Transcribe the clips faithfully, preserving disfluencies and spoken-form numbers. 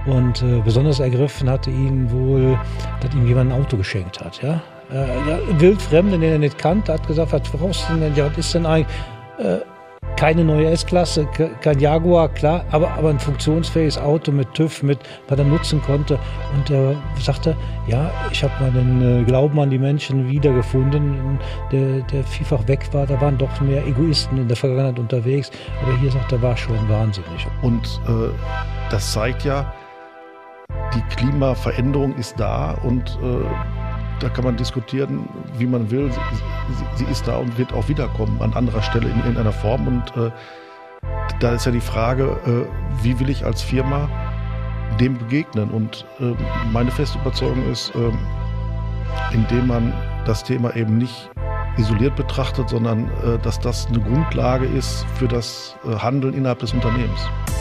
Und äh, besonders ergriffen hatte ihn wohl, dass ihm jemand ein Auto geschenkt hat. Ja? Äh, ja, Wildfremde, den er nicht kannte, hat gesagt, was brauchst du denn? Ja, was ist denn eigentlich? Äh, keine neue S-Klasse, kein Jaguar, klar, aber, aber ein funktionsfähiges Auto mit TÜV, mit, was er nutzen konnte. Und er sagte, ja, ich habe meinen äh, Glauben an die Menschen wiedergefunden, der, der vielfach weg war. Da waren doch mehr Egoisten in der Vergangenheit unterwegs. Aber hier sagt er, war schon wahnsinnig. Und äh, das zeigt ja, die Klimaveränderung ist da und äh, da kann man diskutieren, wie man will. Sie, sie, sie ist da und wird auch wiederkommen an anderer Stelle in irgendeiner Form. Und äh, da ist ja die Frage, äh, wie will ich als Firma dem begegnen? Und äh, meine feste Überzeugung ist, äh, indem man das Thema eben nicht isoliert betrachtet, sondern äh, dass das eine Grundlage ist für das äh, Handeln innerhalb des Unternehmens.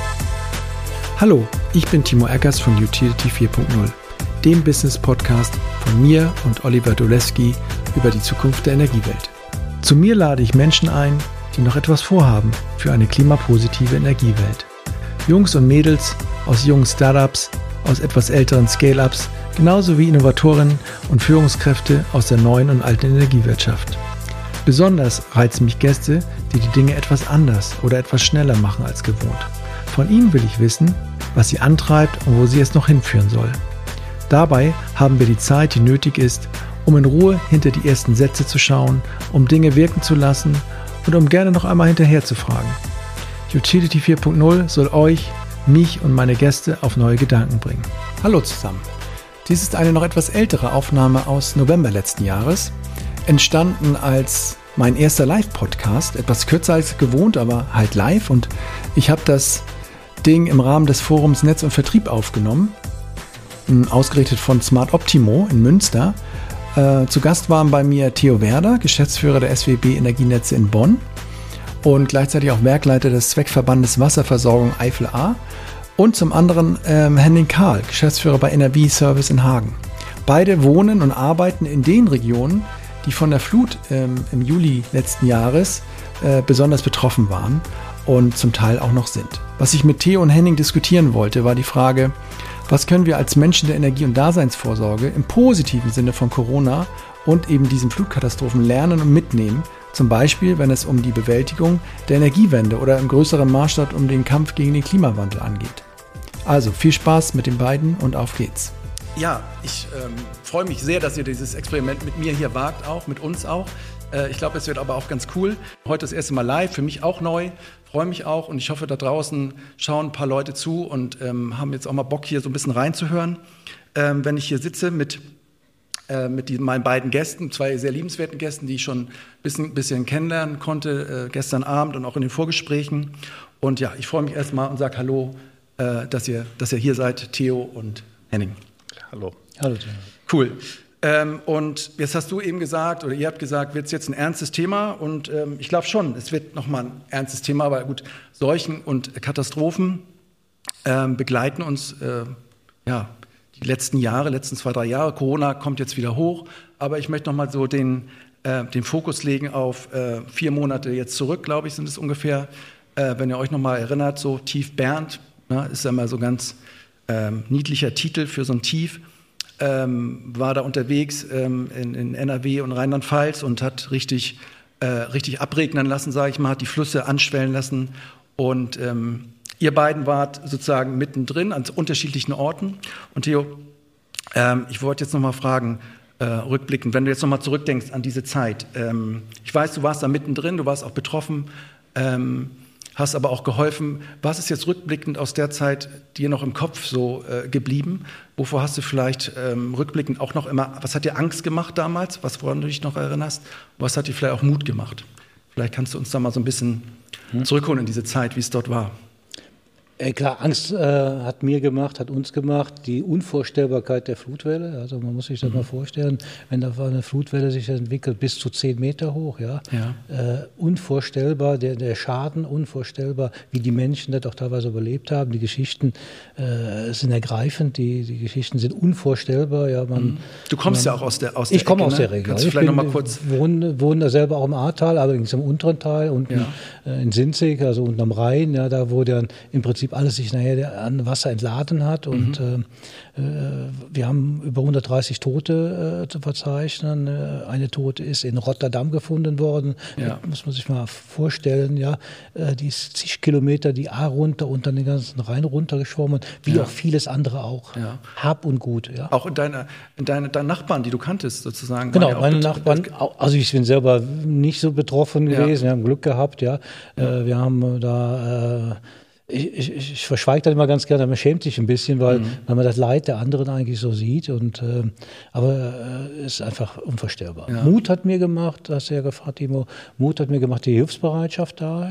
Hallo, ich bin Timo Eckers von Utility vier Punkt null. Dem Business-Podcast von mir und Oliver Doleski über die Zukunft der Energiewelt. Zu mir lade ich Menschen ein, die noch etwas vorhaben für eine klimapositive Energiewelt. Jungs und Mädels aus jungen Startups, aus etwas älteren Scale-Ups, genauso wie Innovatorinnen und Führungskräfte aus der neuen und alten Energiewirtschaft. Besonders reizen mich Gäste, die die Dinge etwas anders oder etwas schneller machen als gewohnt. Von ihnen will ich wissen, was sie antreibt und wo sie es noch hinführen soll. Dabei haben wir die Zeit, die nötig ist, um in Ruhe hinter die ersten Sätze zu schauen, um Dinge wirken zu lassen und um gerne noch einmal hinterher zu fragen. Utility vier Punkt null soll euch, mich und meine Gäste auf neue Gedanken bringen. Hallo zusammen. Dies ist eine noch etwas ältere Aufnahme aus November letzten Jahres, entstanden als mein erster Live-Podcast, etwas kürzer als gewohnt, aber halt live, und ich habe das Ding im Rahmen des Forums Netz und Vertrieb aufgenommen, ausgerichtet von Smart Optimo in Münster. Äh, zu Gast waren bei mir Theo Werder, Geschäftsführer der S W B Energienetze in Bonn und gleichzeitig auch Werkleiter des Zweckverbandes Wasserversorgung Eifel A, und zum anderen ähm, Henning Kahl, Geschäftsführer bei Energie Service in Hagen. Beide wohnen und arbeiten in den Regionen, die von der Flut ähm, im Juli letzten Jahres äh, besonders betroffen waren und zum Teil auch noch sind. Was ich mit Theo und Henning diskutieren wollte, war die Frage, was können wir als Menschen der Energie- und Daseinsvorsorge im positiven Sinne von Corona und eben diesen Flutkatastrophen lernen und mitnehmen? Zum Beispiel, wenn es um die Bewältigung der Energiewende oder im größeren Maßstab um den Kampf gegen den Klimawandel angeht. Also viel Spaß mit den beiden und auf geht's. Ja, ich ähm, freue mich sehr, dass ihr dieses Experiment mit mir hier wagt, auch mit uns auch. Äh, ich glaube, es wird aber auch ganz cool. Heute das erste Mal live, für mich auch neu. Freue mich auch, und ich hoffe, da draußen schauen ein paar Leute zu und ähm, haben jetzt auch mal Bock, hier so ein bisschen reinzuhören. Ähm, wenn ich hier sitze mit, äh, mit die, meinen beiden Gästen, zwei sehr liebenswerten Gästen, die ich schon ein bisschen, bisschen kennenlernen konnte, äh, gestern Abend und auch in den Vorgesprächen. Und ja, ich freue mich erstmal und sage Hallo, äh, dass ihr, dass ihr hier seid, Theo und Henning. Hallo. Hallo, Theo. Cool. Ähm, und jetzt hast du eben gesagt, oder ihr habt gesagt, wird es jetzt ein ernstes Thema? Und ähm, ich glaube schon, es wird nochmal ein ernstes Thema, aber gut, Seuchen und Katastrophen ähm, begleiten uns äh, ja, die letzten Jahre, letzten zwei, drei Jahre. Corona kommt jetzt wieder hoch, aber ich möchte nochmal so den, äh, den Fokus legen auf äh, vier Monate jetzt zurück, glaube ich, sind es ungefähr. Äh, wenn ihr euch nochmal erinnert, so Tief Bernd, na, ist ja mal so ganz ähm, niedlicher Titel für so ein Tief. Ähm, war da unterwegs ähm, in, in N R W und Rheinland-Pfalz und hat richtig, äh, richtig abregnen lassen, sage ich mal, hat die Flüsse anschwellen lassen. Und ähm, ihr beiden wart sozusagen mittendrin an unterschiedlichen Orten. Und Theo, ähm, ich wollte jetzt noch mal fragen, äh, rückblickend, wenn du jetzt noch mal zurückdenkst an diese Zeit. Ähm, ich weiß, du warst da mittendrin, du warst auch betroffen, ähm, hast aber auch geholfen. Was ist jetzt rückblickend aus der Zeit dir noch im Kopf so äh, geblieben? Wovor hast du vielleicht ähm, rückblickend auch noch immer, was hat dir Angst gemacht damals, was woran du dich noch erinnerst? Was hat dir vielleicht auch Mut gemacht? Vielleicht kannst du uns da mal so ein bisschen hm? zurückholen in diese Zeit, wie es dort war. Äh, klar, Angst äh, hat mir gemacht, hat uns gemacht, die Unvorstellbarkeit der Flutwelle. Also man muss sich das mhm. mal vorstellen, wenn da eine Flutwelle sich entwickelt, bis zu zehn Meter hoch. Ja? Ja. Äh, unvorstellbar, der, der Schaden, unvorstellbar, wie die Menschen das auch teilweise überlebt haben. Die Geschichten äh, sind ergreifend, die, die Geschichten sind unvorstellbar. Ja, man, mhm. Du kommst man, ja auch aus der aus der Ich komme Ecke, aus der ne? Region. Kannst du vielleicht noch mal kurz... Ich wohne, wohne da selber auch im Ahrtal, allerdings im unteren Teil, unten ja. äh, in Sinzig, also unten am Rhein. Ja, da wurde dann im Prinzip Prinzip alles sich nachher an Wasser entladen hat. Und mhm. äh, wir haben über hundertdreißig Tote äh, zu verzeichnen. Äh, eine Tote ist in Rotterdam gefunden worden. Ja. Das muss man sich mal vorstellen. Ja, äh, die ist zig Kilometer die Ahr runter und dann den ganzen Rhein runtergeschwommen, wie ja. auch vieles andere auch. Ja. Hab und Gut. Ja. Auch in deine, in deine, deine Nachbarn, die du kanntest sozusagen. Genau, ja meine Nachbarn. Also ich bin selber nicht so betroffen gewesen. Ja. Wir haben Glück gehabt. Ja, ja. Äh, wir haben da äh, Ich, ich, ich verschweige das immer ganz gerne, man schämt sich ein bisschen, weil, mhm. weil man das Leid der anderen eigentlich so sieht. Und, äh, aber es äh, ist einfach unvorstellbar. Ja. Mut hat mir gemacht, hast du ja gefragt, Timo, Mut hat mir gemacht, die Hilfsbereitschaft da.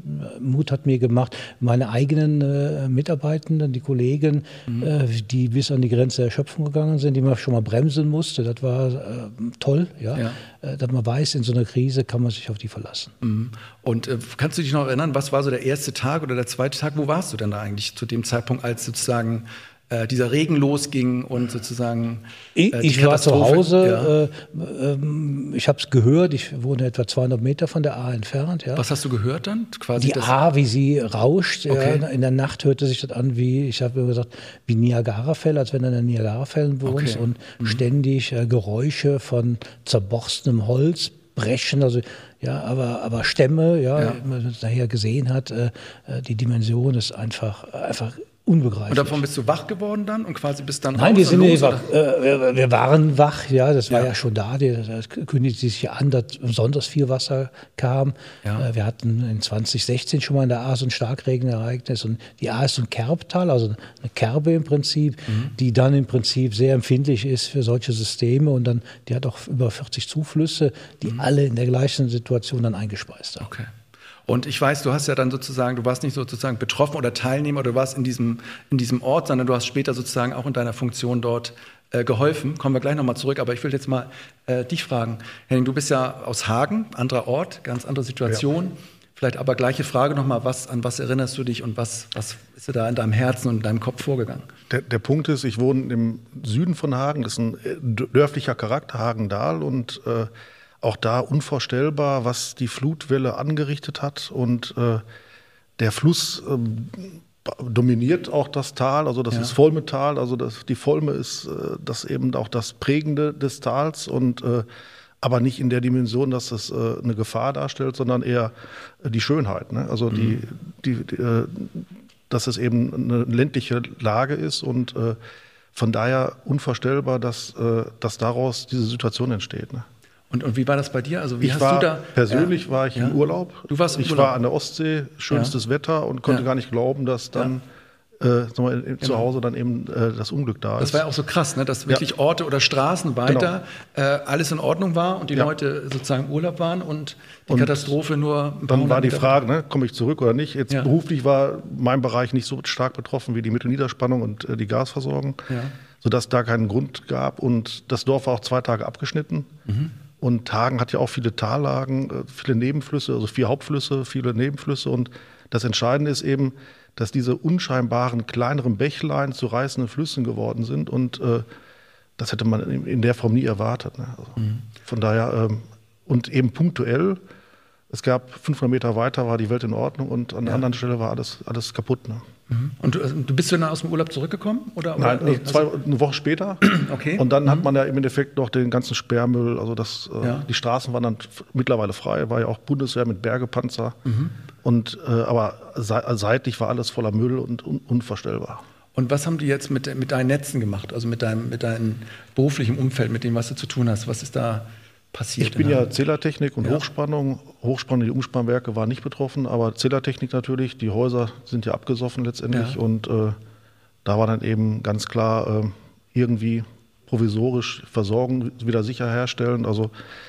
Mut hat mir gemacht, meine eigenen äh, Mitarbeitenden, die Kollegen, mhm. äh, die bis an die Grenze der Erschöpfung gegangen sind, die man schon mal bremsen musste. Das war äh, toll, ja. ja. Äh, dass man weiß, in so einer Krise kann man sich auf die verlassen. Mhm. Und äh, kannst du dich noch erinnern, was war so der erste Tag oder der zweite Tag? Wo warst du denn da eigentlich zu dem Zeitpunkt, als sozusagen äh, dieser Regen losging und sozusagen äh, Ich, ich war zu Hause, ja. äh, äh, ich habe es gehört, ich wohne etwa zweihundert Meter von der Ahr entfernt. Ja. Was hast du gehört dann? Quasi die Ahr, wie sie rauscht. Okay. Ja, in der Nacht hörte sich das an wie, ich habe gesagt, wie Niagarafälle, als wenn du in den Niagarafällen wohnst. Okay. Und mhm. ständig äh, Geräusche von zerborstenem Holz, Brechen, also ja, aber, aber Stämme, ja, ja. man nachher gesehen hat, äh, die Dimension ist einfach, einfach unbegreiflich. Und davon bist du wach geworden dann und quasi bist dann Nein, wir sind nicht wach. Äh, wir, wir waren wach, ja, das war ja, ja schon da. Das kündigte sich an, dass besonders viel Wasser kam. Ja. Äh, wir hatten in zwanzig sechzehn schon mal in der Ahr so ein Starkregenereignis. Und die Ahr ist so ein Kerbtal, also eine Kerbe im Prinzip, mhm. die dann im Prinzip sehr empfindlich ist für solche Systeme. Und dann, die hat auch über vierzig Zuflüsse, die mhm. alle in der gleichen Situation dann eingespeist haben. Okay. Und ich weiß, du hast ja dann sozusagen, du warst nicht sozusagen betroffen oder Teilnehmer, du warst in diesem, in diesem Ort, sondern du hast später sozusagen auch in deiner Funktion dort äh, geholfen. Kommen wir gleich nochmal zurück, aber ich will jetzt mal äh, dich fragen. Henning, du bist ja aus Hagen, anderer Ort, ganz andere Situation. Ja. Vielleicht aber gleiche Frage nochmal, was, an was erinnerst du dich und was, was ist da in deinem Herzen und in deinem Kopf vorgegangen? Der, der Punkt ist, ich wohne im Süden von Hagen, das ist ein dörflicher Charakter, Hagendahl, und äh, auch da unvorstellbar, was die Flutwelle angerichtet hat. Und äh, der Fluss ähm, dominiert auch das Tal, also das ja. ist Volmetal, also das, die Volme ist äh, das eben auch das Prägende des Tals, und äh, aber nicht in der Dimension, dass das äh, eine Gefahr darstellt, sondern eher äh, die Schönheit. Ne? Also mhm. die, die, die äh, dass es eben eine ländliche Lage ist, und äh, von daher unvorstellbar, dass, äh, dass daraus diese Situation entsteht. Ne? Und, und wie war das bei dir? Also wie ich hast war, du da? Persönlich ja. war ich ja. im Urlaub. Du warst im ich Urlaub. war an der Ostsee, schönstes ja. Wetter, und konnte ja. gar nicht glauben, dass dann ja. äh, sag mal, genau. zu Hause dann eben äh, das Unglück da das ist. Das war ja auch so krass, ne? Dass wirklich ja. Orte oder Straßen weiter genau. äh, alles in Ordnung war und die ja. Leute sozusagen im Urlaub waren und die und Katastrophe nur ein paar Dann war die Frage, ne, komme ich zurück oder nicht? Jetzt ja. beruflich war mein Bereich nicht so stark betroffen wie die Mittelniederspannung und äh, die Gasversorgung, ja. sodass da keinen Grund gab, und das Dorf war auch zwei Tage abgeschnitten. Mhm. Und Hagen hat ja auch viele Tallagen, viele Nebenflüsse, also vier Hauptflüsse, viele Nebenflüsse. Und das Entscheidende ist eben, dass diese unscheinbaren kleineren Bächlein zu reißenden Flüssen geworden sind. Und äh, das hätte man in, in der Form nie erwartet. Ne? Also mhm. Von daher, ähm, und eben punktuell, es gab fünfhundert Meter weiter war die Welt in Ordnung, und an der ja. anderen Stelle war alles, alles kaputt. Ne? Mhm. Und du, du bist du dann aus dem Urlaub zurückgekommen? Oder, Nein, oder? Nee, zwei, eine Woche später. Okay. Und dann mhm. hat man ja im Endeffekt noch den ganzen Sperrmüll, also das, ja. äh, die Straßen waren dann mittlerweile frei, war ja auch Bundeswehr mit Bergepanzer. Mhm. Und, äh, aber se- seitlich war alles voller Müll und un- unvorstellbar. Und was haben die jetzt mit, mit deinen Netzen gemacht, also mit deinem, mit deinem beruflichen Umfeld, mit dem, was du zu tun hast? Was ist da passiert? Ich bin ja Zählertechnik und ja. Hochspannung. Hochspannung, die Umspannwerke waren nicht betroffen, aber Zählertechnik natürlich. Die Häuser sind ja abgesoffen letztendlich. Ja. Und äh, da war dann eben ganz klar äh, irgendwie provisorisch versorgen, wieder sicher herstellen. Also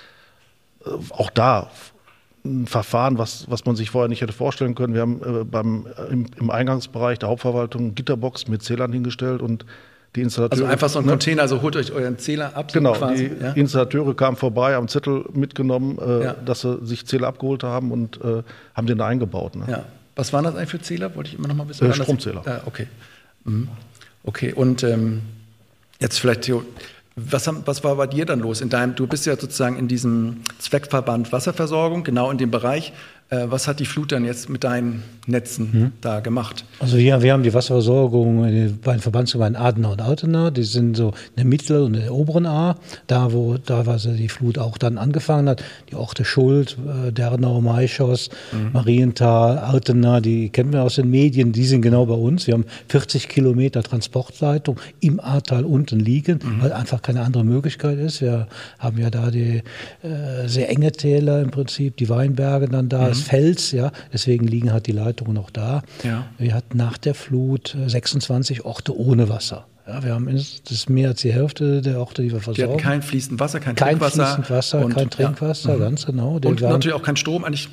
äh, auch da ein Verfahren, was, was man sich vorher nicht hätte vorstellen können. Wir haben äh, beim, im, im Eingangsbereich der Hauptverwaltung Gitterbox mit Zählern hingestellt, und die Installateure, also einfach so ein ne? Container, also holt euch euren Zähler ab. Genau, quasi, die ja? Installateure kamen vorbei, haben Zettel mitgenommen, äh, ja. dass sie sich Zähler abgeholt haben, und äh, haben den da eingebaut. Ne? Ja. Was waren das eigentlich für Zähler? Wollte ich immer noch mal wissen. Äh, Stromzähler. Ah, okay. Mhm. Okay, und ähm, jetzt vielleicht, Theo, was, haben, was war bei dir dann los? In deinem, du bist ja sozusagen in diesem Zweckverband Wasserversorgung, genau in dem Bereich. Äh, was hat die Flut dann jetzt mit deinen Netzen hm. da gemacht? Also wir, wir haben die Wasserversorgung bei den Verbandsgemeinden Adenau und Altena, die sind so in der mittleren und der oberen A, da wo teilweise die Flut auch dann angefangen hat, die Orte Schuld, äh, Dernau, Maischos, mhm. Marienthal, Altena, die kennen wir aus den Medien, die sind genau bei uns. Wir haben vierzig Kilometer Transportleitung im Ahrtal unten liegen, mhm. weil einfach keine andere Möglichkeit ist. Wir haben ja da die äh, sehr enge Täler im Prinzip, die Weinberge dann da, mhm. das Fels, ja, deswegen liegen halt die Leitungen noch da. Ja. Wir hatten nach der Flut sechsundzwanzig Orte ohne Wasser. Ja, wir haben das ist mehr als die Hälfte der Orte, die wir versorgen. Die hatten kein fließend Wasser, kein, kein Trinkwasser. Kein fließend Wasser, und, kein Trinkwasser, ja. ganz genau. Und waren, natürlich auch kein Strom eigentlich.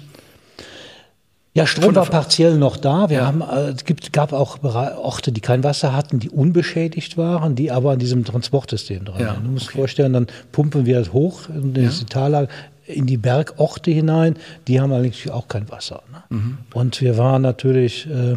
Ja, Strom war partiell noch da. Wir ja. haben, es gibt, gab auch Orte, die kein Wasser hatten, die unbeschädigt waren, die aber an diesem Transportsystem dran waren. Ja, du musst dir okay. vorstellen, dann pumpen wir das hoch in die ja. Tallage, in die Bergorte hinein, die haben eigentlich auch kein Wasser. Ne? Mhm. Und wir waren natürlich, äh,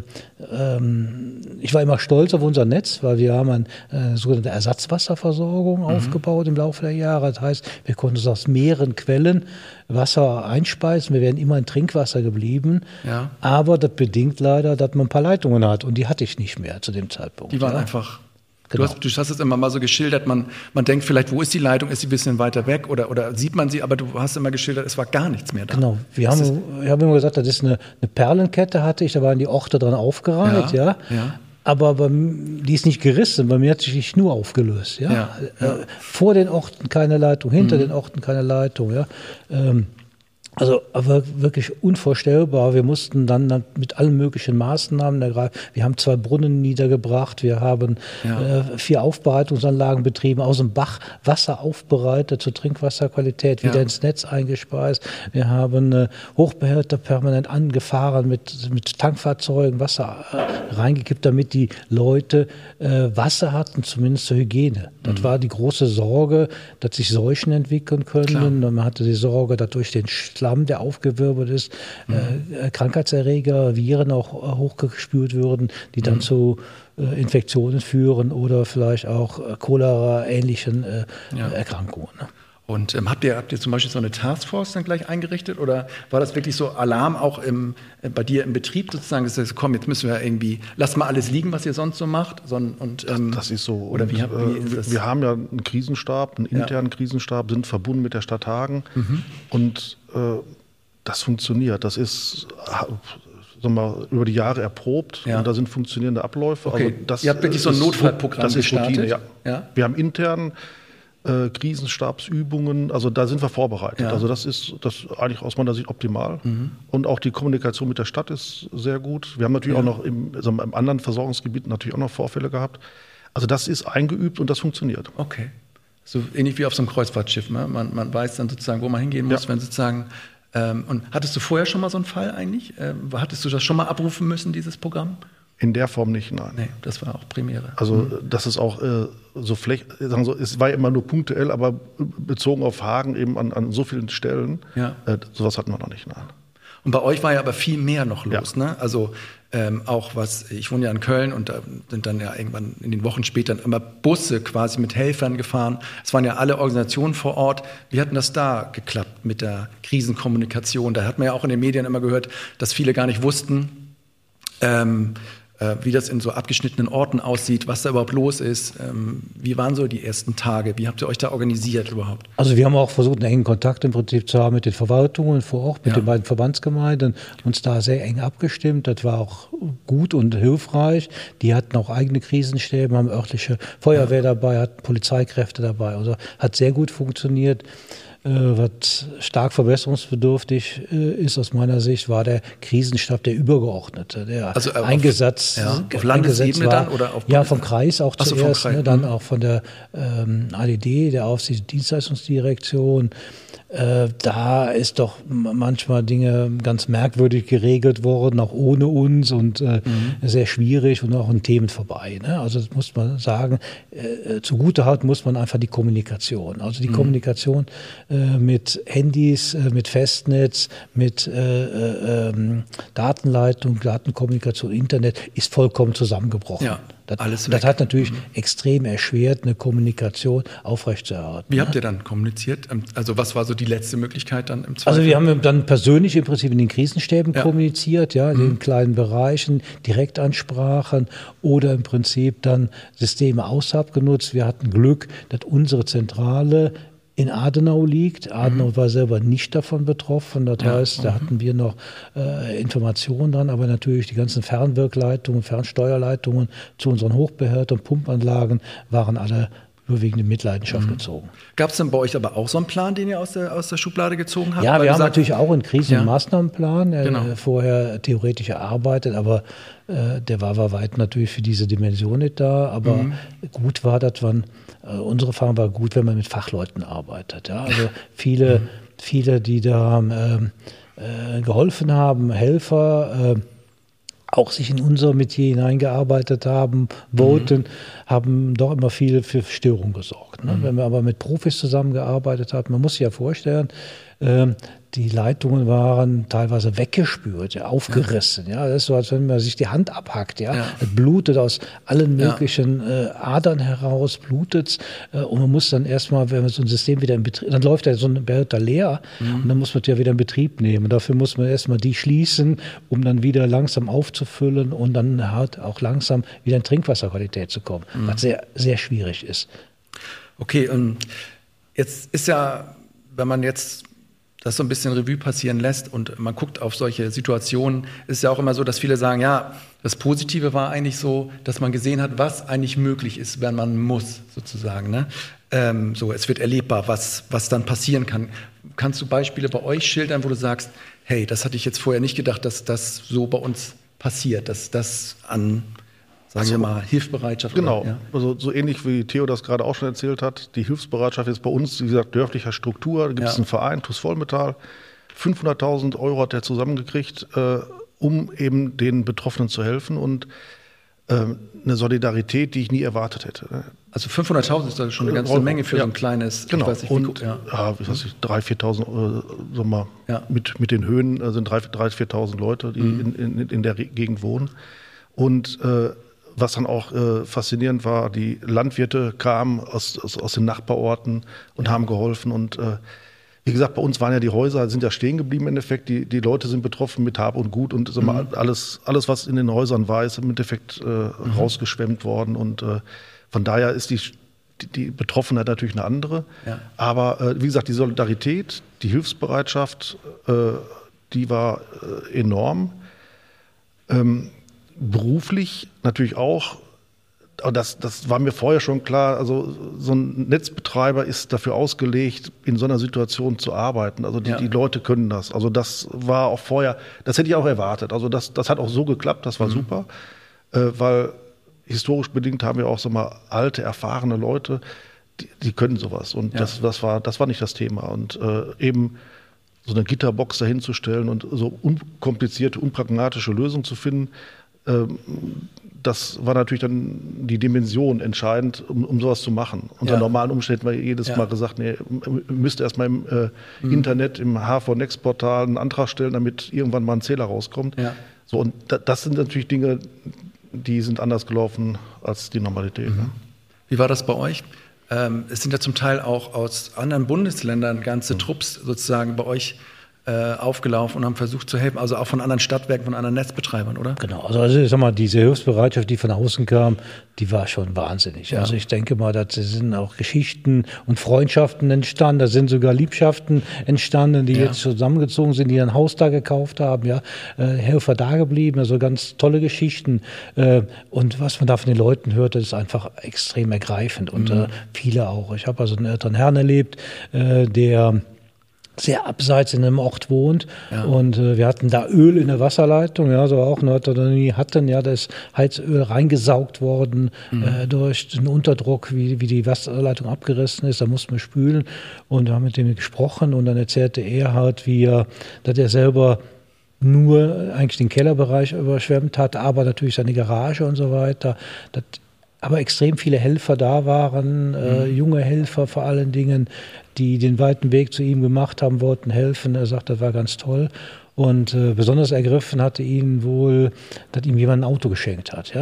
ähm, ich war immer stolz auf unser Netz, weil wir haben eine äh, sogenannte Ersatzwasserversorgung mhm. aufgebaut im Laufe der Jahre. Das heißt, wir konnten uns aus mehreren Quellen Wasser einspeisen. Wir wären immer in Trinkwasser geblieben. Ja. Aber das bedingt leider, dass man ein paar Leitungen hat. Und die hatte ich nicht mehr zu dem Zeitpunkt. Die waren ja. einfach... Genau. Du, hast, du hast es immer mal so geschildert, man, man denkt vielleicht, wo ist die Leitung, ist sie ein bisschen weiter weg oder, oder sieht man sie, aber du hast immer geschildert, es war gar nichts mehr da. Genau, wir haben, wir haben immer gesagt, das ist eine, eine Perlenkette, hatte ich, da waren die Orte dran aufgereiht, ja. ja. ja. Aber bei, die ist nicht gerissen, bei mir hat sich nur aufgelöst. Ja? Ja, ja. Äh, vor den Orten keine Leitung, hinter mhm. den Orten keine Leitung. Ja? Ähm, Also aber wirklich unvorstellbar. Wir mussten dann mit allen möglichen Maßnahmen ergreifen. Wir haben zwei Brunnen niedergebracht, wir haben ja. äh, vier Aufbereitungsanlagen betrieben, aus dem Bach Wasser aufbereitet zur Trinkwasserqualität, wieder ja. ins Netz eingespeist. Wir haben äh, Hochbehälter permanent angefahren mit, mit Tankfahrzeugen, Wasser äh, reingekippt, damit die Leute äh, Wasser hatten, zumindest zur Hygiene. Das mhm. war die große Sorge, dass sich Seuchen entwickeln können. Klar. Man hatte die Sorge, dass durch den Schlamm, der aufgewirbelt ist, mhm. äh, Krankheitserreger, Viren auch äh, hochgespült würden, die dann mhm. zu äh, Infektionen führen oder vielleicht auch äh, Cholera-ähnlichen äh, ja. Erkrankungen. Ne? Und ähm, habt ihr, habt ihr zum Beispiel so eine Taskforce dann gleich eingerichtet oder war das wirklich so Alarm auch im, äh, bei dir im Betrieb sozusagen, dass du sagst, komm, jetzt müssen wir irgendwie, lasst mal alles liegen, was ihr sonst so macht? Sondern, und, ähm, das, das ist so. Oder wie, und, wie ist das? Wir haben ja einen Krisenstab, einen internen ja. Krisenstab, sind verbunden mit der Stadt Hagen mhm. und äh, das funktioniert. Das ist sagen wir mal, über die Jahre erprobt ja. und da sind funktionierende Abläufe. Okay. Also das ihr habt wirklich so ein Notfallprogramm das ist gestartet? Routine, ja. ja. Wir haben intern Äh, Krisenstabsübungen, also da sind wir vorbereitet. Ja. Also das ist das eigentlich aus meiner Sicht optimal. Mhm. Und auch die Kommunikation mit der Stadt ist sehr gut. Wir haben natürlich ja. auch noch im, also im anderen Versorgungsgebiet natürlich auch noch Vorfälle gehabt. Also das ist eingeübt und das funktioniert. Okay. So ähnlich wie auf so einem Kreuzfahrtschiff. Ne? Man, man weiß dann sozusagen, wo man hingehen muss, ja. wenn sozusagen. Ähm, und hattest du vorher schon mal so einen Fall eigentlich? Ähm, hattest du das schon mal abrufen müssen, dieses Programm? In der Form nicht, nein. Nee, das war auch Premiere. Also mhm. das ist auch äh, so fläch, sagen so, es war ja immer nur punktuell, aber bezogen auf Hagen eben an, an so vielen Stellen. Ja. Äh, sowas hatten wir noch nicht, nein. Und bei euch war ja aber viel mehr noch los, ja. ne? Also ähm, auch was, ich wohne ja in Köln und da sind dann ja irgendwann in den Wochen später immer Busse quasi mit Helfern gefahren. Es waren ja alle Organisationen vor Ort. Wie hat denn das da geklappt mit der Krisenkommunikation? Da hat man ja auch in den Medien immer gehört, dass viele gar nicht wussten, ähm, wie das in so abgeschnittenen Orten aussieht, was da überhaupt los ist. Wie waren so die ersten Tage? Wie habt ihr euch da organisiert überhaupt? Also wir haben auch versucht, einen engen Kontakt im Prinzip zu haben mit den Verwaltungen vor Ort, mit ja. den beiden Verbandsgemeinden, uns da sehr eng abgestimmt. Das war auch gut und hilfreich. Die hatten auch eigene Krisenstäbe, haben örtliche Feuerwehr ja. dabei, hatten Polizeikräfte dabei. Also hat sehr gut funktioniert. Was stark verbesserungsbedürftig ist aus meiner Sicht, war der Krisenstab, der Übergeordnete, der also auf, eingesetzt, ja, auf Landesebene war, dann oder auf ja, vom Kreis auch Ach so, zuerst, vom Kreis. Ne, dann auch von der ähm, A D D, der Aufsichts- und Dienstleistungsdirektion. Äh, da ist doch manchmal Dinge ganz merkwürdig geregelt worden, auch ohne uns und äh, mhm. sehr schwierig und auch an Themen vorbei. Ne? Also das muss man sagen, äh, zugutehalten muss man einfach die Kommunikation. Also die mhm. Kommunikation äh, mit Handys, äh, mit Festnetz, mit äh, äh, Datenleitung, Datenkommunikation, Internet ist vollkommen zusammengebrochen. Ja. Das, Alles das weg. hat natürlich mhm. extrem erschwert, eine Kommunikation aufrechtzuerhalten. Wie ne? habt ihr dann kommuniziert? Also was war so die letzte Möglichkeit dann im Zweifel? Also wir haben dann persönlich im Prinzip in den Krisenstäben ja. kommuniziert, ja, in mhm. den kleinen Bereichen, Direktansprachen oder im Prinzip dann Systeme außerhalb genutzt. Wir hatten Glück, dass unsere Zentrale in Adenau liegt. Adenau mhm. war selber nicht davon betroffen. Das ja. heißt, da mhm. hatten wir noch äh, Informationen dran, aber natürlich die ganzen Fernwirkleitungen, Fernsteuerleitungen zu unseren Hochbehörden und Pumpanlagen waren alle überwiegend in Mitleidenschaft mhm. gezogen. Gab es denn bei euch aber auch so einen Plan, den ihr aus der, aus der Schublade gezogen habt? Ja, wir haben sagt, natürlich auch einen Krisen- und ja. Maßnahmenplan äh, genau. vorher theoretisch erarbeitet, aber äh, der war, war weit natürlich für diese Dimension nicht da. Aber mhm. gut war das, wann äh, unsere Erfahrung war gut, wenn man mit Fachleuten arbeitet. Ja? Also viele, mhm. viele, die da äh, äh, geholfen haben, Helfer, äh, auch sich in unser Metier hineingearbeitet haben, wollten, mhm. haben doch immer viel für Störung gesorgt. Ne? Mhm. Wenn wir aber mit Profis zusammengearbeitet haben, man muss sich ja vorstellen, äh, die Leitungen waren teilweise weggespült, ja, aufgerissen. Ja. Ja. Das ist so, als wenn man sich die Hand abhackt. Ja. Ja. Es blutet aus allen möglichen ja. äh, Adern heraus, blutet äh, und man muss dann erstmal, wenn man so ein System wieder in Betrieb, dann läuft ja so ein Behörder leer mhm. und dann muss man es ja wieder in Betrieb nehmen. Und dafür muss man erstmal die schließen, um dann wieder langsam aufzufüllen und dann halt auch langsam wieder in Trinkwasserqualität zu kommen, mhm. was sehr, sehr schwierig ist. Okay, und jetzt ist ja, wenn man jetzt das so ein bisschen Revue passieren lässt und man guckt auf solche Situationen, ist ja auch immer so, dass viele sagen, ja, das Positive war eigentlich so, dass man gesehen hat, was eigentlich möglich ist, wenn man muss, sozusagen. Ne? Ähm, so, es wird erlebbar, was, was dann passieren kann. Kannst du Beispiele bei euch schildern, wo du sagst, hey, das hatte ich jetzt vorher nicht gedacht, dass das so bei uns passiert, dass das an, sagen wir mal, Hilfsbereitschaft. Genau, oder, ja. also so ähnlich wie Theo das gerade auch schon erzählt hat, die Hilfsbereitschaft ist bei uns, wie gesagt, dörflicher Struktur. Da gibt es ja. einen Verein, TuS Vollmetall, fünfhunderttausend Euro hat er zusammengekriegt, äh, um eben den Betroffenen zu helfen und äh, eine Solidarität, die ich nie erwartet hätte. Also fünfhunderttausend ist da schon eine ganze Euro. Menge für ja. so ein kleines, genau. ich weiß nicht, und wie, ja. ja, wie weiß ich, dreitausend, viertausend, äh, sag mal, ja. mit, mit den Höhen äh, sind dreitausend, viertausend Leute, die mhm. in, in, in der Gegend wohnen. Und äh, was dann auch äh, faszinierend war, die Landwirte kamen aus, aus, aus den Nachbarorten und ja. haben geholfen. Und äh, wie gesagt, bei uns waren ja die Häuser, sind ja stehen geblieben im Endeffekt. Die, die Leute sind betroffen mit Hab und Gut. Und sag mal, mhm. alles, alles, was in den Häusern war, ist im Endeffekt äh, mhm. rausgeschwemmt worden. Und äh, von daher ist die, die, die Betroffenheit natürlich eine andere. Ja. Aber äh, wie gesagt, die Solidarität, die Hilfsbereitschaft, äh, die war äh, enorm. Ähm, Beruflich natürlich auch, aber das, das war mir vorher schon klar, also so ein Netzbetreiber ist dafür ausgelegt, in so einer Situation zu arbeiten. Also die, ja. die Leute können das. Also das war auch vorher, das hätte ich auch erwartet. Also das, das hat auch so geklappt, das war mhm. super, äh, weil historisch bedingt haben wir auch so mal alte, erfahrene Leute, die, die können sowas. Und ja. das, das, war, das war nicht das Thema. Und äh, eben so eine Gitterbox dahinzustellen und so unkomplizierte, unpragmatische Lösungen zu finden, das war natürlich dann die Dimension entscheidend, um, um sowas zu machen. Unter ja. normalen Umständen hätten wir jedes ja. Mal gesagt, nee, ihr müsst erst mal im äh, mhm. Internet, im H V Next-Portal einen Antrag stellen, damit irgendwann mal ein Zähler rauskommt. Ja. So, und da, das sind natürlich Dinge, die sind anders gelaufen als die Normalität. Mhm. Ne? Wie war das bei euch? Ähm, es sind ja zum Teil auch aus anderen Bundesländern ganze mhm. Trupps sozusagen bei euch aufgelaufen und haben versucht zu helfen, also auch von anderen Stadtwerken, von anderen Netzbetreibern, oder? Genau, also, also ich sag mal, diese Hilfsbereitschaft, die von außen kam, die war schon wahnsinnig. Ja. Also ich denke mal, da sind auch Geschichten und Freundschaften entstanden, da sind sogar Liebschaften entstanden, die ja. jetzt zusammengezogen sind, die ein Haus da gekauft haben, ja, äh, Helfer da geblieben, also ganz tolle Geschichten. Äh, und was man da von den Leuten hört, das ist einfach extrem ergreifend und mhm. äh, viele auch. Ich habe also einen älteren Herrn erlebt, äh, der sehr abseits in einem Ort wohnt ja. und äh, wir hatten da Öl in der Wasserleitung, ja, so auch Nordrhein hatten, ja, da ist Heizöl reingesaugt worden mhm. äh, durch den Unterdruck, wie, wie die Wasserleitung abgerissen ist, da mussten wir spülen und wir haben mit dem gesprochen und dann erzählte er halt, wie er, dass er selber nur eigentlich den Kellerbereich überschwemmt hat, aber natürlich seine Garage und so weiter, das aber extrem viele Helfer da waren, mhm. äh, junge Helfer vor allen Dingen, die den weiten Weg zu ihm gemacht haben, wollten helfen. Er sagt, das war ganz toll. Und äh, besonders ergriffen hatte ihn wohl, dass ihm jemand ein Auto geschenkt hat. Ja?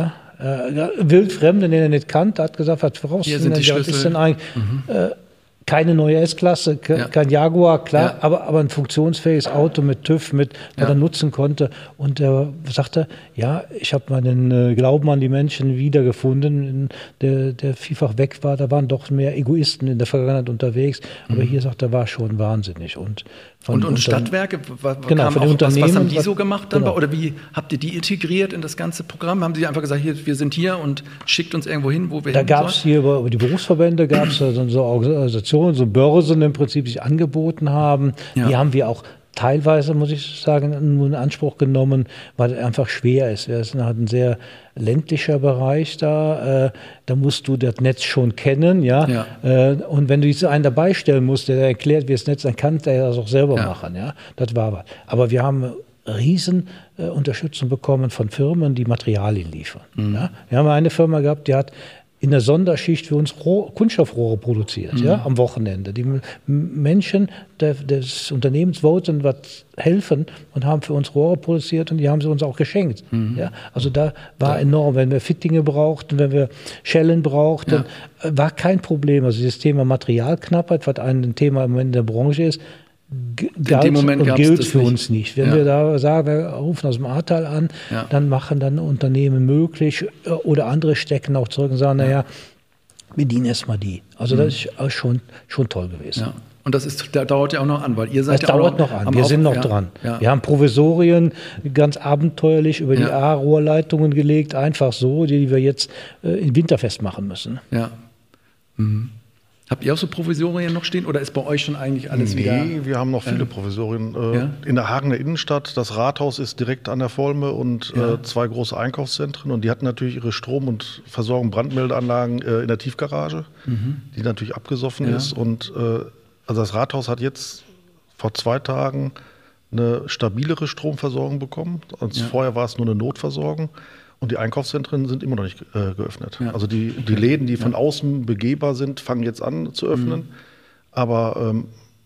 Äh, ja, Wildfremde, den er nicht kannte, hat gesagt, was brauchst du denn? Was ist denn eigentlich? Mhm. Äh, keine neue S-Klasse, ke ja. kein Jaguar, klar, ja. aber, aber ein funktionsfähiges Auto mit TÜV, mit, was ja. er nutzen konnte. Und er sagte, ja, ich habe meinen äh, Glauben an die Menschen wiedergefunden, der, der vielfach weg war. Da waren doch mehr Egoisten in der Vergangenheit unterwegs. Aber mhm. hier sagt er, war schon wahnsinnig. Und Von und, und Stadtwerke, was, genau, kam von auch, was, was haben die so gemacht dann? Genau. Oder wie habt ihr die integriert in das ganze Programm? Haben sie einfach gesagt, hier, wir sind hier und schickt uns irgendwo hin, wo wir da hin gab es hier über, über die Berufsverbände, gab es so, so Organisationen, so Börsen im Prinzip, die sich angeboten haben. Ja. Die haben wir auch teilweise, muss ich sagen, nur in Anspruch genommen, weil es einfach schwer ist. Wir sind halt ein sehr ländlicher Bereich da. Äh, da musst du das Netz schon kennen, ja. ja. Äh, und wenn du jetzt einen dabei stellen musst, der erklärt, wie das Netz, dann kann der das auch selber ja. machen, ja. Das war was. Aber wir haben riesen äh, Unterstützung bekommen von Firmen, die Materialien liefern. Mhm. Ja? Wir haben eine Firma gehabt, die hat in der Sonderschicht für uns Rohr, Kunststoffrohre produziert, mhm. ja, am Wochenende. Die Menschen der, des Unternehmens wollten was helfen und haben für uns Rohre produziert und die haben sie uns auch geschenkt. Mhm. Ja, also da war ja. enorm, wenn wir Fittinge brauchten, wenn wir Schellen brauchten, ja. war kein Problem. Also dieses Thema Materialknappheit, was ein Thema im Moment in der Branche ist, galt und gilt für nicht. uns nicht. Wenn ja. wir da sagen, wir rufen aus dem Ahrtal an, ja. dann machen dann Unternehmen möglich oder andere stecken auch zurück und sagen, ja. naja, bedienen erstmal die. Also mhm. das ist auch schon, schon toll gewesen. Ja. Und das ist, da dauert ja auch noch an, weil ihr seid das ja dauert auch noch an. Wir sind noch ja. dran. Ja. Wir haben Provisorien ganz abenteuerlich über die ja. A-Rohrleitungen gelegt, einfach so, die wir jetzt äh, in Winterfest machen müssen. Ja. Mhm. Habt ihr auch so Provisorien noch stehen oder ist bei euch schon eigentlich alles nee, wieder? Nee, wir haben noch viele äh, Provisorien. Äh, ja? In der Hagener Innenstadt, das Rathaus ist direkt an der Volme und ja. äh, zwei große Einkaufszentren. Und die hatten natürlich ihre Strom- und Versorgung, Brandmeldeanlagen äh, in der Tiefgarage, mhm. die natürlich abgesoffen ja. ist. Und äh, also das Rathaus hat jetzt vor zwei Tagen eine stabilere Stromversorgung bekommen. Und ja. vorher war es nur eine Notversorgung. Und die Einkaufszentren sind immer noch nicht äh, geöffnet. Ja. Also die, die Läden, die von ja. außen begehbar sind, fangen jetzt an zu öffnen. Mhm. Aber ähm,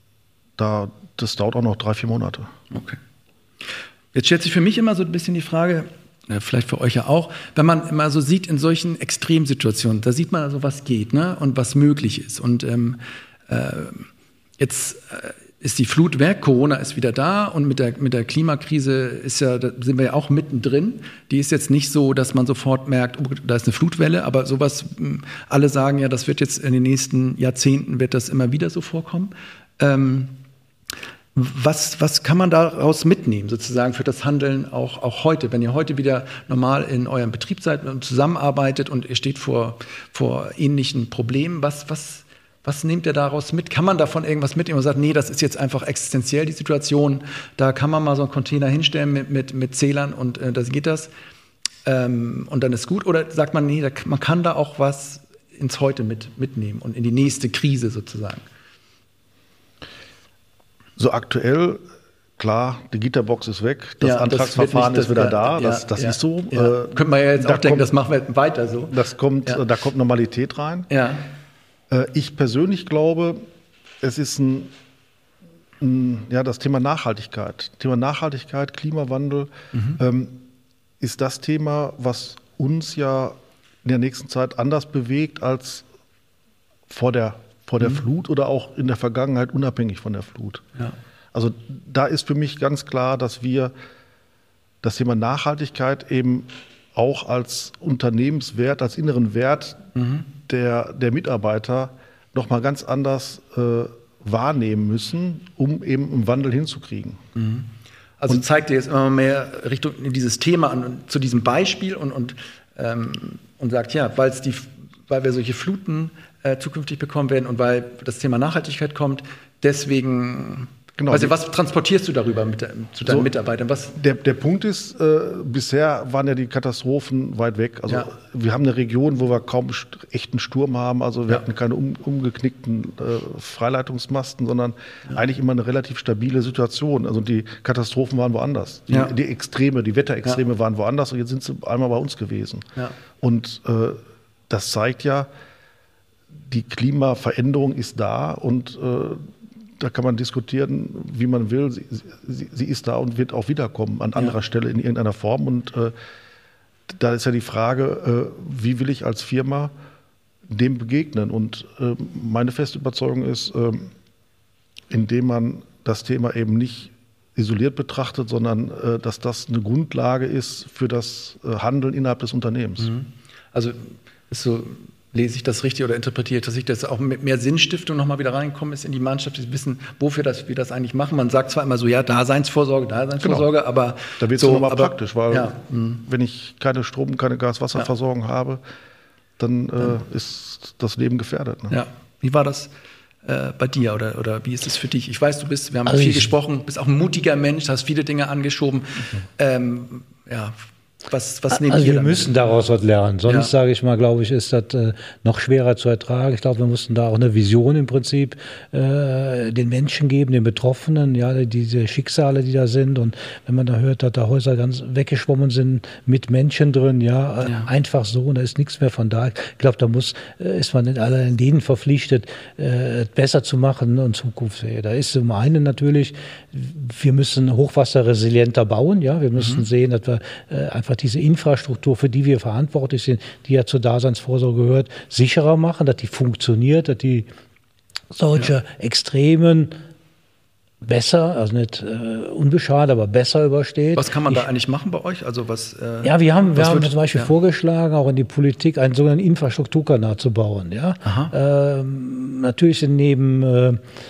da, das dauert auch noch drei, vier Monate. Okay. Jetzt stellt sich für mich immer so ein bisschen die Frage, äh, vielleicht für euch ja auch, wenn man immer so sieht in solchen Extremsituationen, da sieht man also, was geht, ne? Und was möglich ist. Und ähm, äh, jetzt äh, ist die Flut weg, Corona ist wieder da und mit der, mit der Klimakrise ist ja, da sind wir ja auch mittendrin. Die ist jetzt nicht so, dass man sofort merkt, oh, da ist eine Flutwelle, aber sowas, alle sagen ja, das wird jetzt in den nächsten Jahrzehnten, wird das immer wieder so vorkommen. Ähm, was, was kann man daraus mitnehmen, sozusagen für das Handeln auch, auch heute, wenn ihr heute wieder normal in eurem Betrieb seid und zusammenarbeitet und ihr steht vor, vor ähnlichen Problemen, was, was Was nehmt ihr daraus mit? Kann man davon irgendwas mitnehmen und sagt, nee, das ist jetzt einfach existenziell die Situation, da kann man mal so einen Container hinstellen mit, mit, mit Zählern und äh, das geht das ähm, und dann ist gut? Oder sagt man, nee, da, man kann da auch was ins Heute mit, mitnehmen und in die nächste Krise sozusagen? So aktuell, klar, die Gitterbox ist weg, das ja, Antragsverfahren das ist wieder da, das, ja, das ja, ist so. Ja. Äh, Könnte man ja jetzt da auch denken, kommt, das machen wir weiter so. Das kommt, ja. Da kommt Normalität rein. Ja. Ich persönlich glaube, es ist ein, ein, ja, das Thema Nachhaltigkeit. Thema Nachhaltigkeit, Klimawandel mhm. ähm, ist das Thema, was uns ja in der nächsten Zeit anders bewegt als vor der, vor der mhm. Flut oder auch in der Vergangenheit unabhängig von der Flut. Ja. Also da ist für mich ganz klar, dass wir das Thema Nachhaltigkeit eben auch als Unternehmenswert, als inneren Wert mhm. der, der Mitarbeiter noch mal ganz anders äh, wahrnehmen müssen, um eben einen Wandel hinzukriegen. Mhm. Also und zeigt ihr jetzt immer mehr Richtung in dieses Thema an, zu diesem Beispiel und, und, ähm, und sagt, ja, weil's die, weil wir solche Fluten äh, zukünftig bekommen werden und weil das Thema Nachhaltigkeit kommt, deswegen... Genau. Also was transportierst du darüber mit, zu deinen so, Mitarbeitern? Was? Der, der Punkt ist, äh, bisher waren ja die Katastrophen weit weg. Also ja. wir haben eine Region, wo wir kaum echten Sturm haben. Also wir ja. hatten keine um, umgeknickten äh, Freileitungsmasten, sondern ja. eigentlich immer eine relativ stabile Situation. Also die Katastrophen waren woanders. Die, ja. die Extreme, die Wetterextreme ja. waren woanders und jetzt sind sie einmal bei uns gewesen. Ja. Und äh, das zeigt ja, die Klimaveränderung ist da und äh, da kann man diskutieren, wie man will. Sie, sie, sie ist da und wird auch wiederkommen an anderer ja. Stelle in irgendeiner Form. Und äh, da ist ja die Frage, äh, wie will ich als Firma dem begegnen? Und äh, meine feste Überzeugung ist, äh, indem man das Thema eben nicht isoliert betrachtet, sondern äh, dass das eine Grundlage ist für das äh, Handeln innerhalb des Unternehmens. Mhm. Also ist so, lese ich das richtig oder interpretiere ich, dass ich das auch mit mehr Sinnstiftung nochmal wieder reinkommen ist in die Mannschaft, die wissen, wofür das, wir das eigentlich machen. Man sagt zwar immer so, ja, Daseinsvorsorge, Daseinsvorsorge, genau. aber da wird es so, nochmal praktisch, weil ja. wenn ich keine Strom-, keine Gas-Wasserversorgung ja. habe, dann äh, ja. ist das Leben gefährdet. Ne? Ja. Wie war das äh, bei dir oder, oder wie ist es für dich? Ich weiß, du bist, wir haben also viel ich, gesprochen, bist auch ein mutiger Mensch, hast viele Dinge angeschoben. Mhm. Ähm, ja. Was, was nehmt also ihr wir damit? müssen daraus was lernen. Sonst, ja. sage ich mal, glaube ich, ist das äh, noch schwerer zu ertragen. Ich glaube, wir mussten da auch eine Vision im Prinzip äh, den Menschen geben, den Betroffenen, ja, diese Schicksale, die da sind. Und wenn man da hört, dass da Häuser ganz weggeschwommen sind mit Menschen drin, ja, äh, ja. einfach so, und da ist nichts mehr von da. Ich glaube, da muss, äh, ist man nicht allein denen verpflichtet, äh, besser zu machen und zukunftsfähig. Da ist zum einen natürlich, wir müssen hochwasserresilienter bauen, ja, wir müssen mhm. sehen, dass wir äh, einfach diese Infrastruktur, für die wir verantwortlich sind, die ja zur Daseinsvorsorge gehört, sicherer machen, dass die funktioniert, dass die solche ja. Extremen besser, also nicht äh, unbeschadet, aber besser übersteht. Was kann man ich, da eigentlich machen bei euch? Also was? Äh, ja, wir haben, wir haben wird, zum Beispiel ja. vorgeschlagen, auch in die Politik einen sogenannten Infrastrukturkanal zu bauen. Ja, ähm, natürlich sind neben äh,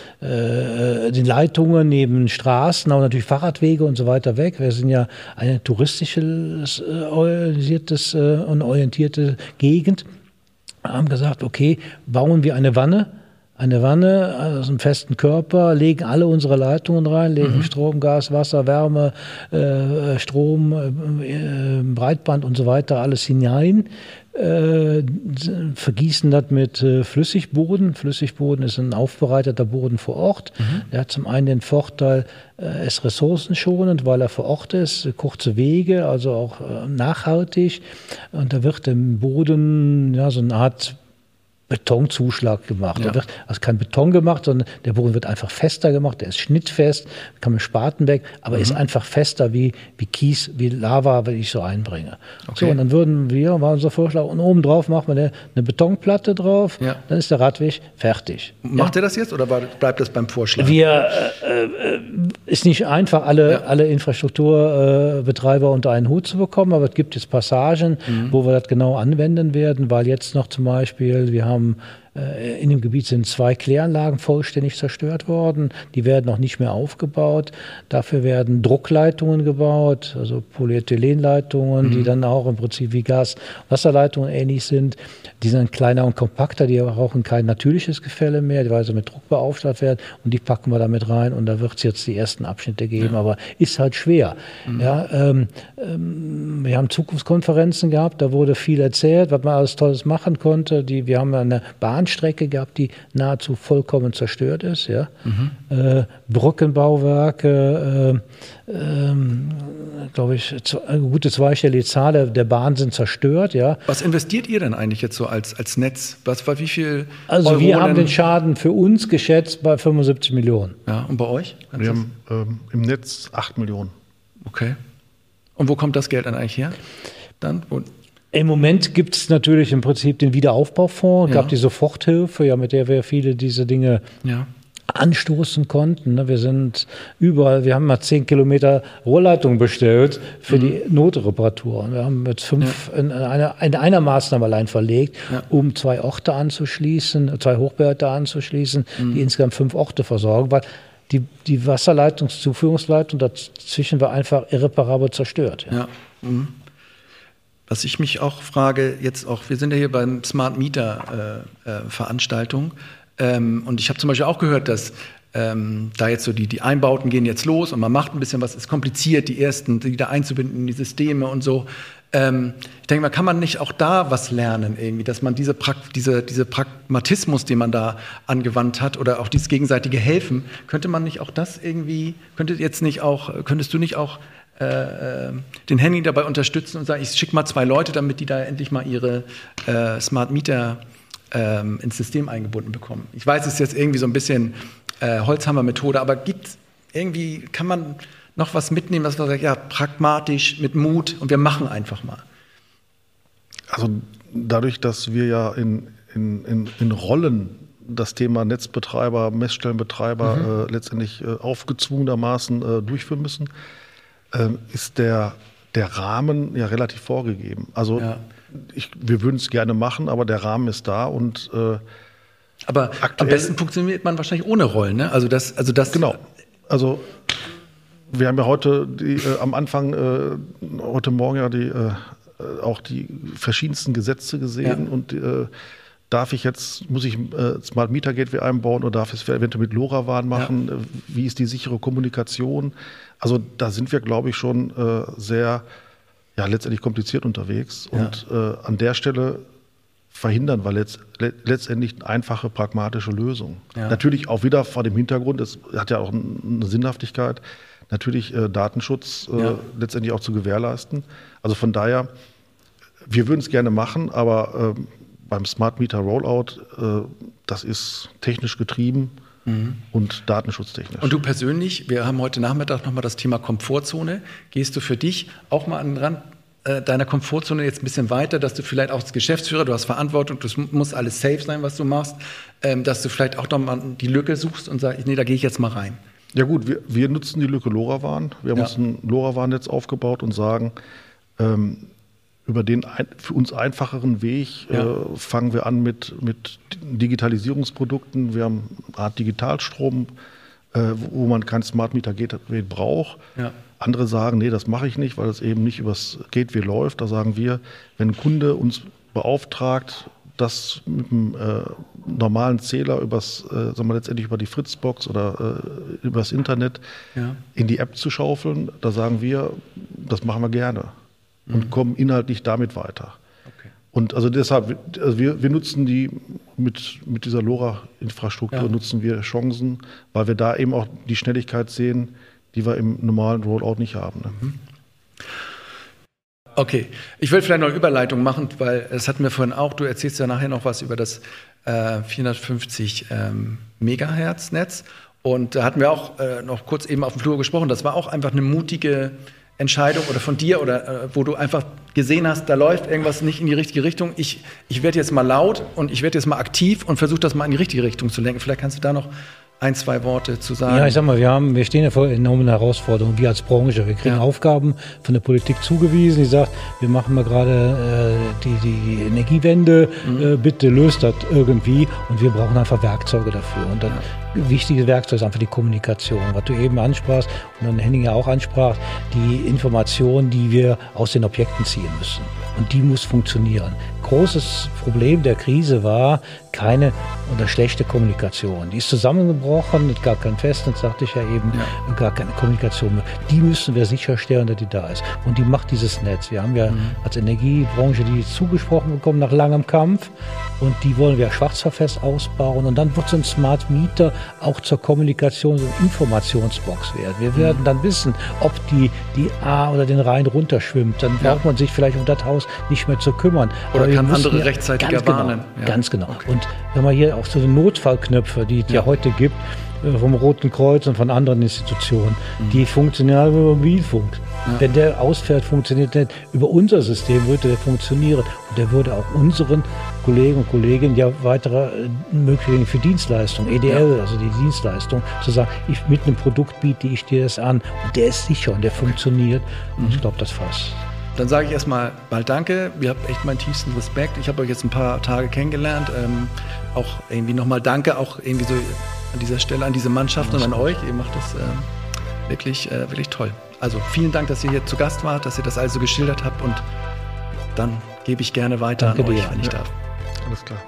äh, den Leitungen, neben Straßen, aber natürlich Fahrradwege und so weiter weg. Wir sind ja eine touristisches äh, organisiertes äh, und orientierte Gegend. Wir haben gesagt, okay, bauen wir eine Wanne. Eine Wanne aus einem festen Körper, legen alle unsere Leitungen rein, legen mhm. Strom, Gas, Wasser, Wärme, äh, Strom, äh, Breitband und so weiter, alles hinein, äh, vergießen das mit äh, Flüssigboden. Flüssigboden ist ein aufbereiteter Boden vor Ort. Mhm. Der hat zum einen den Vorteil, er äh, ist ressourcenschonend, weil er vor Ort ist, kurze Wege, also auch äh, nachhaltig. Und da wird im Boden ja, so eine Art Betonzuschlag gemacht. Ja. Da wird also kein Beton gemacht, sondern der Boden wird einfach fester gemacht. Der ist schnittfest, kann mit Spaten weg, aber mhm. ist einfach fester wie, wie Kies, wie Lava, wenn ich so einbringe. Okay. So, und dann würden wir, war unser Vorschlag, und oben drauf macht man eine, eine Betonplatte drauf, ja. dann ist der Radweg fertig. Macht ja? ihr das jetzt oder bleibt das beim Vorschlag? Wir, äh, äh, ist nicht einfach, alle, ja. alle Infrastrukturbetreiber äh, unter einen Hut zu bekommen, aber es gibt jetzt Passagen, mhm. wo wir das genau anwenden werden, weil jetzt noch zum Beispiel, wir haben in dem Gebiet sind zwei Kläranlagen vollständig zerstört worden. Die werden noch nicht mehr aufgebaut. Dafür werden Druckleitungen gebaut, also Polyethylenleitungen, mhm. die dann auch im Prinzip wie Gas-, Wasserleitungen ähnlich sind. Die sind kleiner und kompakter, die brauchen kein natürliches Gefälle mehr, weil sie mit Druck beauftragt werden. Und die packen wir damit rein. Und da wird es jetzt die ersten Abschnitte geben. Ja. Aber ist halt schwer. Mhm. Ja, ähm, ähm, wir haben Zukunftskonferenzen gehabt, da wurde viel erzählt, was man alles Tolles machen konnte. Die, wir haben eine Bahn Strecke gehabt, die nahezu vollkommen zerstört ist. Ja? Mhm. Äh, Brückenbauwerke, äh, äh, glaube ich, eine gute zweistellige Zahl der Bahnen sind zerstört. Ja? Was investiert ihr denn eigentlich jetzt so als, als Netz? Was, wie viel Also Euro wir haben den Schaden für uns geschätzt bei fünfundsiebzig Millionen. Ja, und bei euch? Kannst wir haben ähm, im Netz acht Millionen. Okay. Und wo kommt das Geld dann eigentlich her? Dann? Wo Im Moment gibt es natürlich im Prinzip den Wiederaufbaufonds, ja. gab die Soforthilfe, ja, mit der wir viele diese Dinge ja. anstoßen konnten. Wir sind überall, wir haben mal zehn Kilometer Rohrleitung bestellt für mhm. die Notreparatur. Wir haben jetzt fünf ja. in, einer, in einer Maßnahme allein verlegt, ja. um zwei Orte anzuschließen, zwei Hochbehörden anzuschließen, mhm. die insgesamt fünf Orte versorgen, weil die, die Wasserleitungszuführungsleitung dazwischen war einfach irreparabel zerstört. Ja. Ja. Mhm. Was ich mich auch frage, jetzt auch, wir sind ja hier beim Smart Meter äh, äh, Veranstaltung ähm, und ich habe zum Beispiel auch gehört, dass ähm, da jetzt so die, die Einbauten gehen jetzt los und man macht ein bisschen was, ist kompliziert, die ersten, die da einzubinden in die Systeme und so. Ähm, ich denke mal, kann man nicht auch da was lernen irgendwie, dass man diese, Prag- diese, diese Pragmatismus, den man da angewandt hat oder auch dieses gegenseitige Helfen, könnte man nicht auch das irgendwie, könnte jetzt nicht auch, könntest du nicht auch Äh, den Henning dabei unterstützen und sagen, ich schicke mal zwei Leute, damit die da endlich mal ihre äh, Smart Meter ähm, ins System eingebunden bekommen. Ich weiß, es ist jetzt irgendwie so ein bisschen äh, Holzhammer-Methode, aber gibt irgendwie, kann man noch was mitnehmen, dass man sagt, ja, pragmatisch, mit Mut und wir machen einfach mal. Also dadurch, dass wir ja in, in, in, in Rollen das Thema Netzbetreiber, Messstellenbetreiber mhm. äh, letztendlich äh, aufgezwungenermaßen äh, durchführen müssen, äh, ist der, der Rahmen ja relativ vorgegeben. Also ja. ich, wir würden es gerne machen, aber der Rahmen ist da und äh, aber am besten funktioniert man wahrscheinlich ohne Rollen, ne? Also das, also das. Genau. Also wir haben ja heute die, äh, am Anfang äh, heute Morgen ja die äh, auch die verschiedensten Gesetze gesehen ja. und äh, darf ich jetzt, muss ich äh, Smart Meter Gateway einbauen oder darf ich es eventuell mit LoRaWAN machen? Ja. Wie ist die sichere Kommunikation? Also da sind wir, glaube ich, schon äh, sehr, ja, letztendlich kompliziert unterwegs. Ja. Und äh, an der Stelle verhindern wir letzt, letztendlich eine einfache, pragmatische Lösung. Ja. Natürlich auch wieder vor dem Hintergrund, es hat ja auch eine Sinnhaftigkeit, natürlich äh, Datenschutz äh, ja. letztendlich auch zu gewährleisten. Also von daher, wir würden es gerne machen, aber äh, beim Smart Meter Rollout, äh, das ist technisch getrieben mhm. und datenschutztechnisch. Und du persönlich, wir haben heute Nachmittag nochmal das Thema Komfortzone. Gehst du für dich auch mal an den Rand äh, deiner Komfortzone jetzt ein bisschen weiter, dass du vielleicht auch als Geschäftsführer, du hast Verantwortung, das muss alles safe sein, was du machst, ähm, dass du vielleicht auch nochmal die Lücke suchst und sagst, nee, da gehe ich jetzt mal rein. Ja gut, wir, wir nutzen die Lücke LoRaWAN. Wir haben ja. uns ein LoRaWAN-Netz aufgebaut und sagen, ähm, über den ein, für uns einfacheren Weg ja. äh, fangen wir an mit, mit Digitalisierungsprodukten. Wir haben eine Art Digitalstrom, äh, wo man kein Smart Meter Gateway braucht. Ja. Andere sagen, nee, das mache ich nicht, weil es eben nicht übers Gateway läuft. Da sagen wir, wenn ein Kunde uns beauftragt, das mit einem äh, normalen Zähler übers, äh, sagen wir letztendlich über die Fritzbox oder äh, übers Internet ja. in die App zu schaufeln, da sagen wir, das machen wir gerne mhm. und kommen inhaltlich damit weiter. Okay. Und also deshalb, also wir, wir nutzen die mit, mit dieser LoRa-Infrastruktur ja. nutzen wir Chancen, weil wir da eben auch die Schnelligkeit sehen, die wir im normalen Rollout nicht haben. Ne? Mhm. Okay, ich will vielleicht noch eine Überleitung machen, weil das hatten wir vorhin auch, du erzählst ja nachher noch was über das äh, vierhundertfünfzig ähm, Megahertz Netz und da hatten wir auch äh, noch kurz eben auf dem Flur gesprochen, das war auch einfach eine mutige Entscheidung oder von dir oder äh, wo du einfach gesehen hast, da läuft irgendwas nicht in die richtige Richtung, ich, ich werde jetzt mal laut und ich werde jetzt mal aktiv und versuche das mal in die richtige Richtung zu lenken, vielleicht kannst du da noch ein, zwei Worte zu sagen. Ja, ich sag mal, wir haben, wir stehen ja vor enormen Herausforderungen, wir als Branche. Wir kriegen ja. Aufgaben von der Politik zugewiesen, die sagt, wir machen mal gerade äh, die, die Energiewende, mhm. äh, bitte löst das irgendwie und wir brauchen einfach Werkzeuge dafür. Und dann ja. wichtiges Werkzeug ist einfach die Kommunikation, was du eben ansprachst und dann Henning ja auch ansprach, die Information, die wir aus den Objekten ziehen müssen. Und die muss funktionieren. Großes Problem der Krise war keine oder schlechte Kommunikation. Die ist zusammengebrochen, es gab kein Festnetz, sagte ich ja eben, ja. gar keine Kommunikation mehr. Die müssen wir sicherstellen, dass die da ist. Und die macht dieses Netz. Wir haben ja mhm. als Energiebranche die zugesprochen bekommen nach langem Kampf. Und die wollen wir schwarzfahrfest ausbauen. Und dann wird so ein Smart Meter auch zur Kommunikation, so eine Informationsbox werden. Wir werden dann wissen, ob die, die A oder den Rhein runterschwimmt. Dann ja. braucht man sich vielleicht um das Haus nicht mehr zu kümmern. Oder Aber kann andere ja, rechtzeitig ganz warnen. Genau, ja. Ganz genau. Okay. Und wenn man hier auch so Notfallknöpfe, die es ja. ja heute gibt, vom Roten Kreuz und von anderen Institutionen, mhm. die funktionieren über Mobilfunk. Ja. Wenn der ausfährt, funktioniert der über unser System, würde der funktionieren. Und der würde auch unseren Kollegen und Kolleginnen ja weitere Möglichkeiten für Dienstleistungen, E D L, ja. also die Dienstleistung, zu sagen, ich, mit einem Produkt biete ich dir das an und der ist sicher und der funktioniert. Und mhm. ich glaube, das fasst. Dann sage ich erstmal bald danke. Ihr habt echt meinen tiefsten Respekt. Ich habe euch jetzt ein paar Tage kennengelernt. Ähm, auch irgendwie nochmal danke, auch irgendwie so an dieser Stelle an diese Mannschaft und an euch. Ihr macht das äh, wirklich, äh, wirklich toll. Also vielen Dank, dass ihr hier zu Gast wart, dass ihr das also geschildert habt und dann gebe ich gerne weiter Danke an euch, dir. wenn ich ja. darf. Alles klar.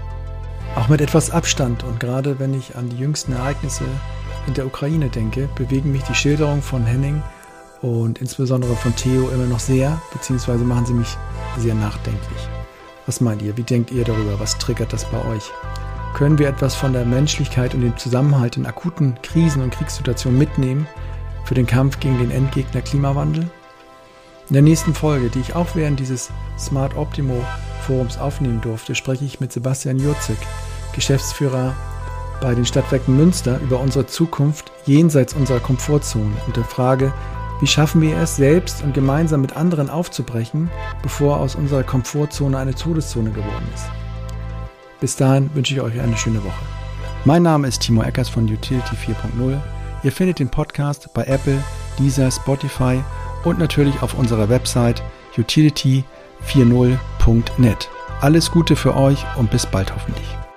Auch mit etwas Abstand und gerade wenn ich an die jüngsten Ereignisse in der Ukraine denke, bewegen mich die Schilderungen von Henning und insbesondere von Theo immer noch sehr, beziehungsweise machen sie mich sehr nachdenklich. Was meint ihr? Wie denkt ihr darüber? Was triggert das bei euch? Können wir etwas von der Menschlichkeit und dem Zusammenhalt in akuten Krisen und Kriegssituationen mitnehmen für den Kampf gegen den Endgegner Klimawandel? In der nächsten Folge, die ich auch während dieses Smart Optimo Forums aufnehmen durfte, spreche ich mit Sebastian Jurzig, Geschäftsführer bei den Stadtwerken Münster, über unsere Zukunft jenseits unserer Komfortzone und der Frage, Wie schaffen wir es, selbst und gemeinsam mit anderen aufzubrechen, bevor aus unserer Komfortzone eine Todeszone geworden ist? Bis dahin wünsche ich euch eine schöne Woche. Mein Name ist Timo Eckers von Utility vier Punkt null. Ihr findet den Podcast bei Apple, Deezer, Spotify und natürlich auf unserer Website utility vierzig punkt net. Alles Gute für euch und bis bald hoffentlich.